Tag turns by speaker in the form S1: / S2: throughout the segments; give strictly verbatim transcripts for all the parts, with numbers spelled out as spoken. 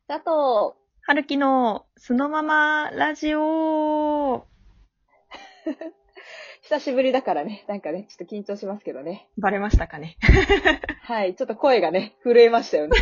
S1: 佐藤、
S2: はるきのそのままラジオ。
S1: 久しぶりだからね、なんかね、ちょっと緊張しますけどね。
S2: バレましたかね。
S1: はい、ちょっと声がね、震えましたよね。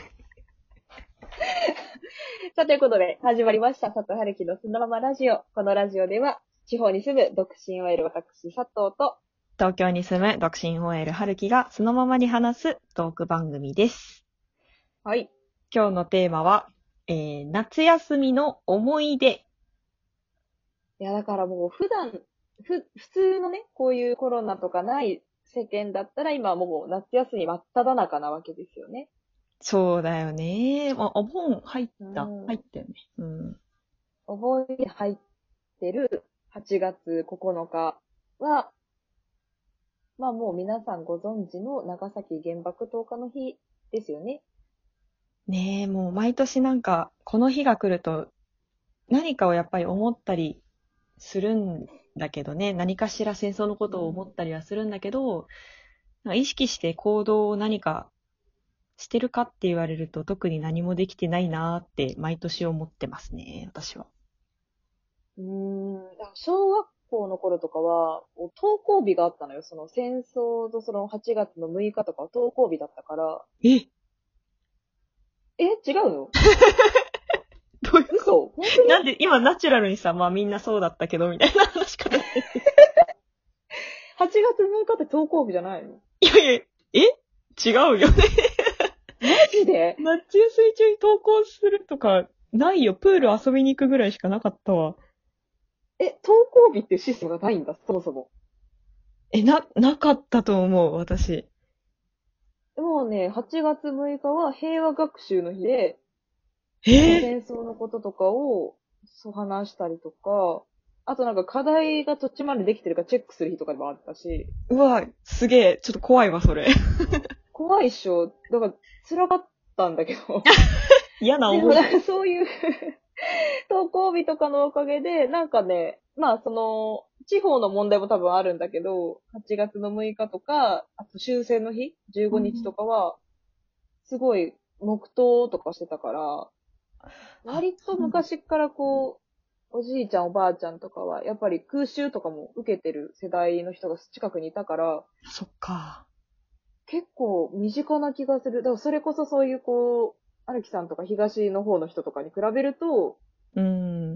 S1: さあ、ということで、始まりました、佐藤春樹のそのままラジオ。このラジオでは、地方に住む独身 オーエル 私、佐藤と、
S2: 東京に住む独身 オーエル はるきがそのままに話すトーク番組です。
S1: はい。
S2: 今日のテーマは、えー、夏休みの思い出。
S1: いや、だからもう普段、ふ、普通のね、こういうコロナとかない世間だったら、今はもう夏休み真っ只中なわけですよね。
S2: そうだよね。もうお盆入っ
S1: う
S2: た。入っ
S1: ん。
S2: たよね。うん。
S1: 覚えて入ってるはちがつここのかは、まあもう皆さんご存知の長崎原爆投下の日ですよね。
S2: ねえ、もう毎年なんか、この日が来ると何かをやっぱり思ったりするんだけどね、何かしら戦争のことを思ったりはするんだけど、なんか意識して行動を何かしてるかって言われると特に何もできてないなーって毎年思ってますね、私は。
S1: うーん。小学校の頃とかは、登校日があったのよ。その戦争とそのはちがつのむいかとかは登校日だったから、
S2: え、
S1: え、違うの？
S2: どういうこ
S1: 嘘？本当に？
S2: と？なんで今ナチュラルにさ、まあみんなそうだったけどみたいな話し方してる。
S1: はち 月むいかって登校日じゃないの？
S2: いやいや、え違うよね。
S1: マジで？
S2: 夏休み中に登校するとかないよ。プール遊びに行くぐらいしかなかったわ。
S1: え、登校日っていうシステムがないんだ、そもそも。
S2: え、な、なかったと思う、私。
S1: もうね、はちがつむいかは平和学習の日で、なんか
S2: えー、
S1: 戦争のこととかを、そう話したりとか、あとなんか課題が途中までできてるかチェックする日とかでもあったし、
S2: うわ、すげえ、ちょっと怖いわ、それ。
S1: 怖いっしょ。だから辛かったんだけど。
S2: 嫌な思い出。
S1: でもなんかそういう登校日とかのおかげで、なんかね、まあその、地方の問題も多分あるんだけど、はちがつのむいかとか、あと終戦の日、じゅうごにちとかは、すごい黙祷とかしてたから、
S2: あ、
S1: 割と昔からこう、おじいちゃんおばあちゃんとかは、やっぱり空襲とかも受けてる世代の人が近くにいたから、
S2: そっか。
S1: 結構身近な気がする。だからそれこそそういうこう、荒木さんとか東の方の人とかに比べると、
S2: うん。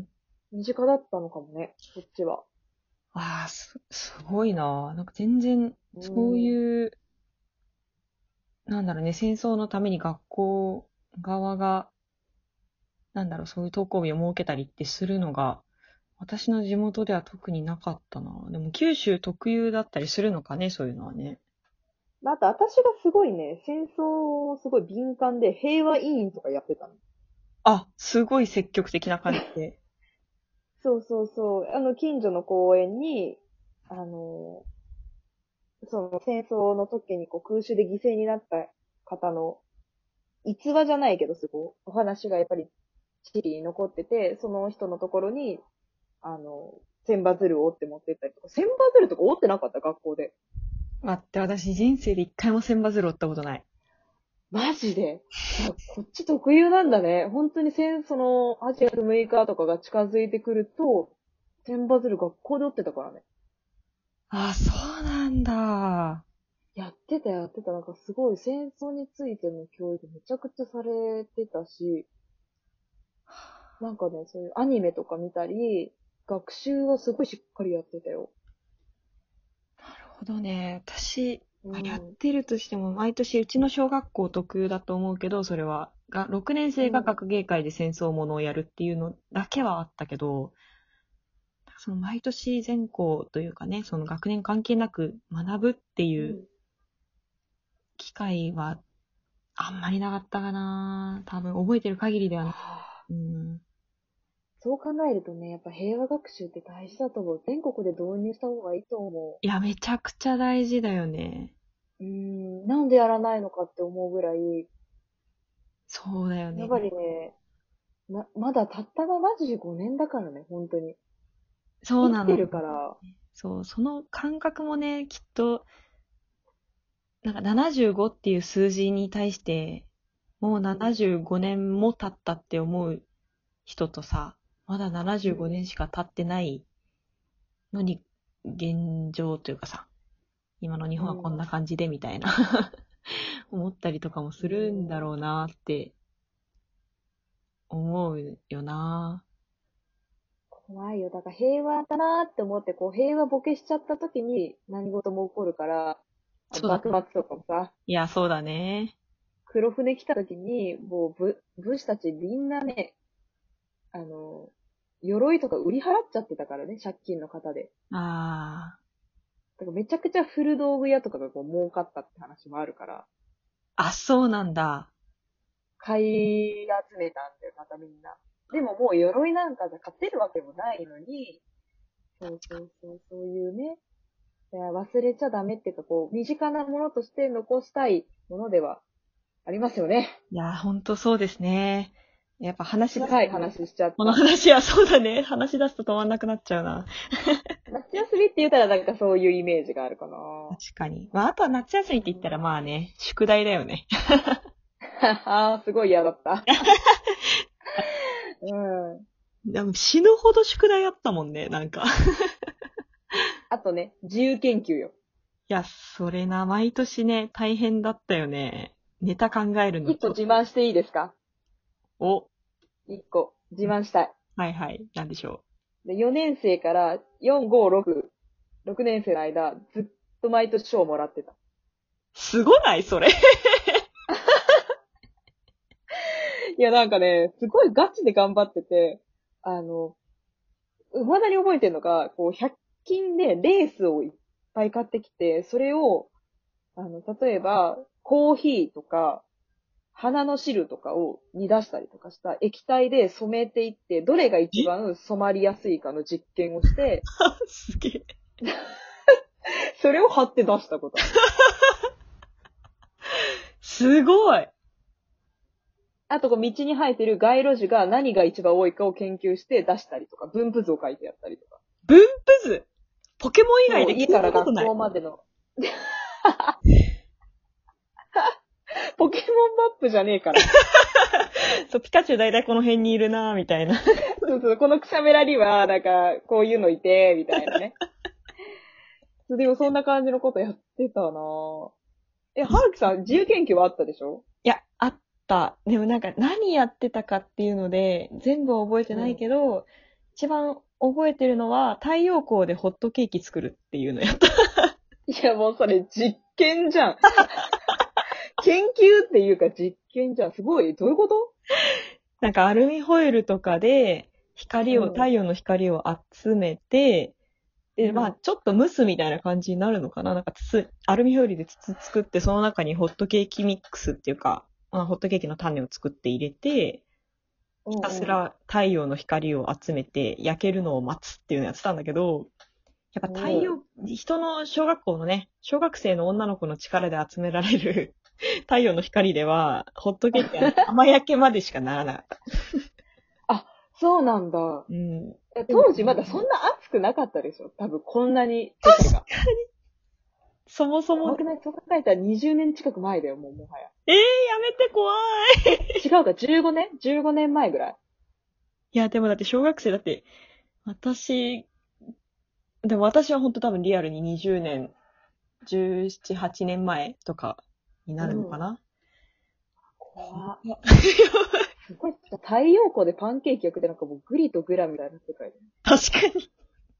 S1: 身近だったのかもね、そっちは。
S2: ああ、す、すごいな。なんか全然、
S1: う
S2: そう
S1: ん。
S2: いう、なんだろうね、戦争のために学校側が、なんだろう、そういう登校日を設けたりってするのが、私の地元では特になかったな。でも九州特有だったりするのかね、そういうのはね。
S1: あと私がすごいね、戦争すごい敏感で平和委員とかやってたの。
S2: あ、すごい積極的な感じで。
S1: そうそうそう。あの、近所の公園に、あの、その戦争の時にこう空襲で犠牲になった方の逸話じゃないけど、すごいお話がやっぱり地理に残ってて、その人のところに、あの、千羽鶴を折って持ってったりとか、千羽鶴とか折ってなかった学校で。
S2: 待って、私人生で一回も千羽鶴折ったことない。
S1: マジで。いや、こっち特有なんだね。本当に戦、その、はちがつむいかとかが近づいてくると、千羽鶴学校で折ってたからね。
S2: あ、そうなんだ。
S1: やってたやってた。なんかすごい戦争についての教育めちゃくちゃされてたし、なんかね、そういうアニメとか見たり、学習はすごいしっかりやってたよ。
S2: なるほどね。私、
S1: う
S2: まあやっ
S1: ん。
S2: てるとしても、毎年うちの小学校特有だと思うけど、それは、が、ろくねん生が
S1: うん。
S2: 学芸会で戦争ものをやるっていうのだけはあったけど、その毎年全校というかね、その学年関係なく学ぶっていう
S1: うん。
S2: 機会はあんまりなかったかな。多分覚えてる限りではない。
S1: はあ、
S2: うん。
S1: そう考えるとね、やっぱ平和学習って大事だと思う。全国で導入した方がいいと思
S2: いや、めちゃくちゃ大事だよね。
S1: う。うん。なんでやらないのかって思うぐらい、
S2: そうだよね。
S1: やっぱりね、ま、まだたったななじゅうごねんだからね、本当に。
S2: そうなの。
S1: 生きてるから。
S2: そう、その感覚もね、きっと、なんかななじゅうごっていう数字に対して、 もうななじゅうごねんも経ったって思う人とさ、まだななじゅうごねんしか経ってないのに、現状というかさ、今の日本はこんな感じでみたいな、思ったりとかもするんだろうなって思うよな。
S1: 怖いよ。だから平和だなーって思って、こう平和ボケしちゃった時に何事も起こるから、
S2: そうだ。
S1: 幕末とかもさ、
S2: いや、そうだね。
S1: 黒船来た時に、もう武、武士たちみんなね、あの、鎧とか売り払っちゃってたからね、借金の方で。
S2: あ
S1: だからめちゃくちゃ古道具屋とかがこう儲かったって話もあるから、
S2: あ。あ、そうなんだ。
S1: 買い集めたんだよ、またみんな。でももう鎧なんかじゃ勝てるわけもないのに、そうそうそう、そういうね、いや忘れちゃダメっていうか、こう、身近なものとして残したいものではありますよね。
S2: いや、ほんとそうですね。やっぱ話し出す
S1: 深い
S2: と、
S1: 話しちゃっ
S2: この
S1: た。
S2: 話はそうだね。話し出すと止まんなくなっちゃうな。
S1: 夏休みって言ったらなんかそういうイメージがあるかな。
S2: 確かに。まあ、あとは夏休みって言ったらまあね、宿題だよね。
S1: ああ、すごい嫌だった。うん。
S2: でも死ぬほど宿題あったもんね、なんか。
S1: あとね、自由研究よ。
S2: いや、それな、毎年ね、大変だったよね。ネタ考えるの
S1: 一個
S2: ちょっと。
S1: 自慢していいですか？
S2: お、
S1: 一個自慢したい。
S2: はいはい、なんでしょ
S1: で、よねん生からよん、ご、ろく、ろくねん生の間、ずっと毎年賞をもらってた。
S2: う。すごないそれ。
S1: いや、なんかね、すごいガチで頑張ってて、あの、未だに覚えてるのが、こう、ひゃく均でレースをいっぱい買ってきて、それを、あの、例えば、コーヒーとか、花の汁とかを煮出したりとかした液体で染めていって、どれが一番染まりやすいかの実験をして、
S2: すげえ。
S1: それを貼って出したことある。
S2: すごい。
S1: あと、こう、道に生えてる街路樹が何が一番多いかを研究して出したりとか、分布図を書いてやったりとか。
S2: 分布図ポケモン以
S1: そう、
S2: 外で聞い
S1: 家から学
S2: たことない。
S1: 校までの。ポケモンマップじゃねえから。
S2: そう、ピカチュウ大体この辺にいるなぁ、みたいな。
S1: そうそう、この草めらには、なんか、こういうのいて、みたいなね。そうでもそんな感じのことやってたなぁ。え、はるきさん、自由研究はあったでしょ？
S2: いや、あった。でもなんか何やってたかっていうので、全部覚えてないけど、一番覚えてるのは、太陽光でホットケーキ作るっていうのやった。
S1: いや、もうそれ実験じゃん。研究っていうか実験じゃん。すごい。どういうこと？
S2: なんかアルミホイルとかで、光を、
S1: うん
S2: 太陽の光を集めて、で、
S1: うん
S2: まあ、ちょっと蒸すみたいな感じになるのかな。なんか筒、アルミホイルで筒作って、その中にホットケーキミックスっていうか、まあ、ホットケーキの種を作って入れて、ひたすら太陽の光を集めて焼けるのを待つっていうのをやってたんだけど、やっぱ太陽、人の小学校のね、小学生の女の子の力で集められる太陽の光では、ホットケーキは甘焼けまでしかならなかった。
S1: あ、そうなんだ。
S2: うん。
S1: え当時まだそんな暑くなかったでしょ？多分こんなに世界が。
S2: そもそも
S1: 怖、くない？そう考えたらにじゅうねん近く前だよ、もうもはや。
S2: えー、やめて怖い。
S1: 違うか、じゅうごねん ?じゅうご 年前ぐらい。
S2: いや、でもだって小学生だって、私、でも私は本当多分リアルににじゅうねん、じゅうなな、はちねんまえとかになるのかな、
S1: 怖っ。
S2: いや
S1: すごい。太陽光でパンケーキ焼くってなんかもうグリとグラみたいな世界
S2: 確かに。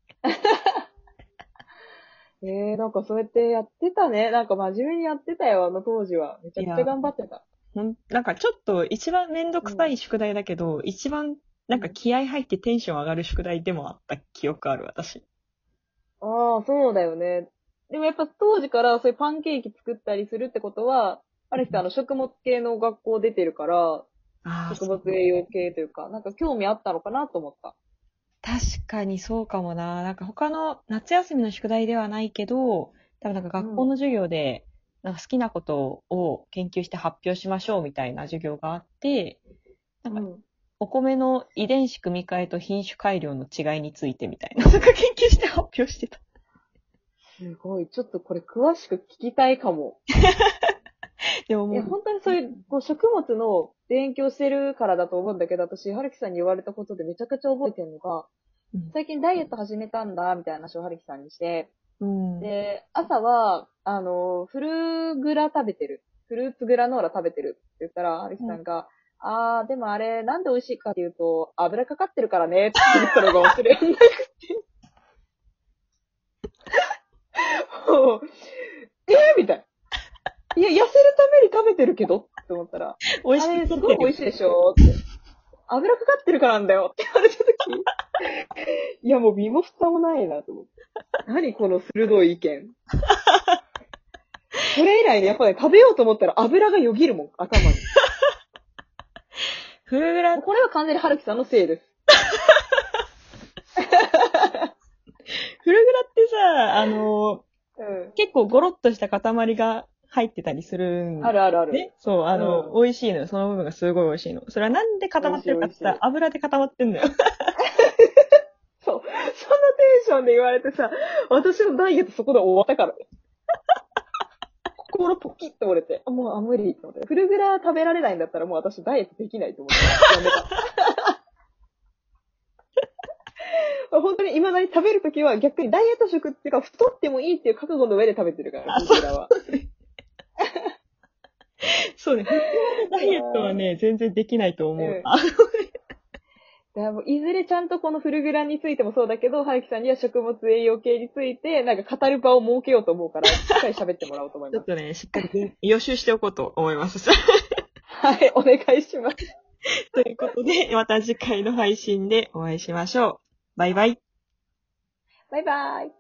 S1: で。えー、なんかそうやってやってたね。なんか真面目にやってたよ、あの当時は。めちゃくちゃ頑張ってた。
S2: ほんなんかちょっと一番めんどくさい宿題だけど、うん、一番なんか気合入ってテンション上がる宿題でもあった記憶ある、私。
S1: ああ、そうだよね。でもやっぱ当時からそういうパンケーキ作ったりするってことは、ある人あの食物系の学校出てるから、食物栄養系というか、なんか興味あったのかなと思った。
S2: 確かにそうかもな。なんか他の夏休みの宿題ではないけど、多分なんか学校の授業で、なんか好きなことを研究して発表しましょうみたいな授業があって、なんかお米の遺伝子組み換えと品種改良の違いについてみたいな、なんか研究して発表してた。
S1: すごい。ちょっとこれ詳しく聞きたいかも。 いや、
S2: でももう、
S1: 本当にそういう、こう、食物の勉強してるからだと思うんだけど、私、はるきさんに言われたことでめちゃくちゃ覚えてるのが、
S2: うん
S1: 最近ダイエット始めたんだ、みたいな話をはるきさんにして、
S2: うん。
S1: で、朝は、あの、フルグラ食べてる。フルーツグラノーラ食べてるって言ったら、はるきさんが、あー、でもあれ、なんで美味しいかっていうと、油かかってるからね、って言ったのが忘れられなくて。もうえー、みたいな。いや、痩せるために食べてるけどって思ったら、
S2: 美味し
S1: あれ、
S2: く
S1: すごい美味しいでしょって。油かかってるからなんだよって言われたとき、いや、もう身も蓋もないなと思って。何この鋭い意見。それ以来ね、やっぱり、ね、食べようと思ったら油がよぎるもん、頭に。
S2: フルグラ、
S1: これは完全にはるきさんのせいです。
S2: フルグラってさ、あの、
S1: うん。
S2: 結構ゴロッとした塊が入ってたりするん
S1: あるあるある。
S2: ね。そう、あの、
S1: うん
S2: 美味しいのよ。その部分がすごい美味しいの。それはなんで固まってるかって言ったら、油で固まってんだよ。
S1: そう。そんなテンションで言われてさ、私のダイエットそこで終わったからね。心ポキッと折れて、あもう、あ、無理って思って。フルグラ食べられないんだったらもう私ダイエットできないと思って。やめた。本当に未だに食べるときは逆にダイエット食っていうか太ってもいいっていう覚悟の上で食べてるから、フルグラは。
S2: そうね。ダイエットはね、全然できないと思う。
S1: うんだからもういずれちゃんとこのフルグラについてもそうだけど、はるきさんには食物栄養系について、なんか語る場を設けようと思うから、しっかり喋ってもらおうと思います。
S2: ちょっとね、しっかり予習しておこうと思います。
S1: はい、お願いします。
S2: ということで、また次回の配信でお会いしましょう。バイバイ。
S1: バイバイ。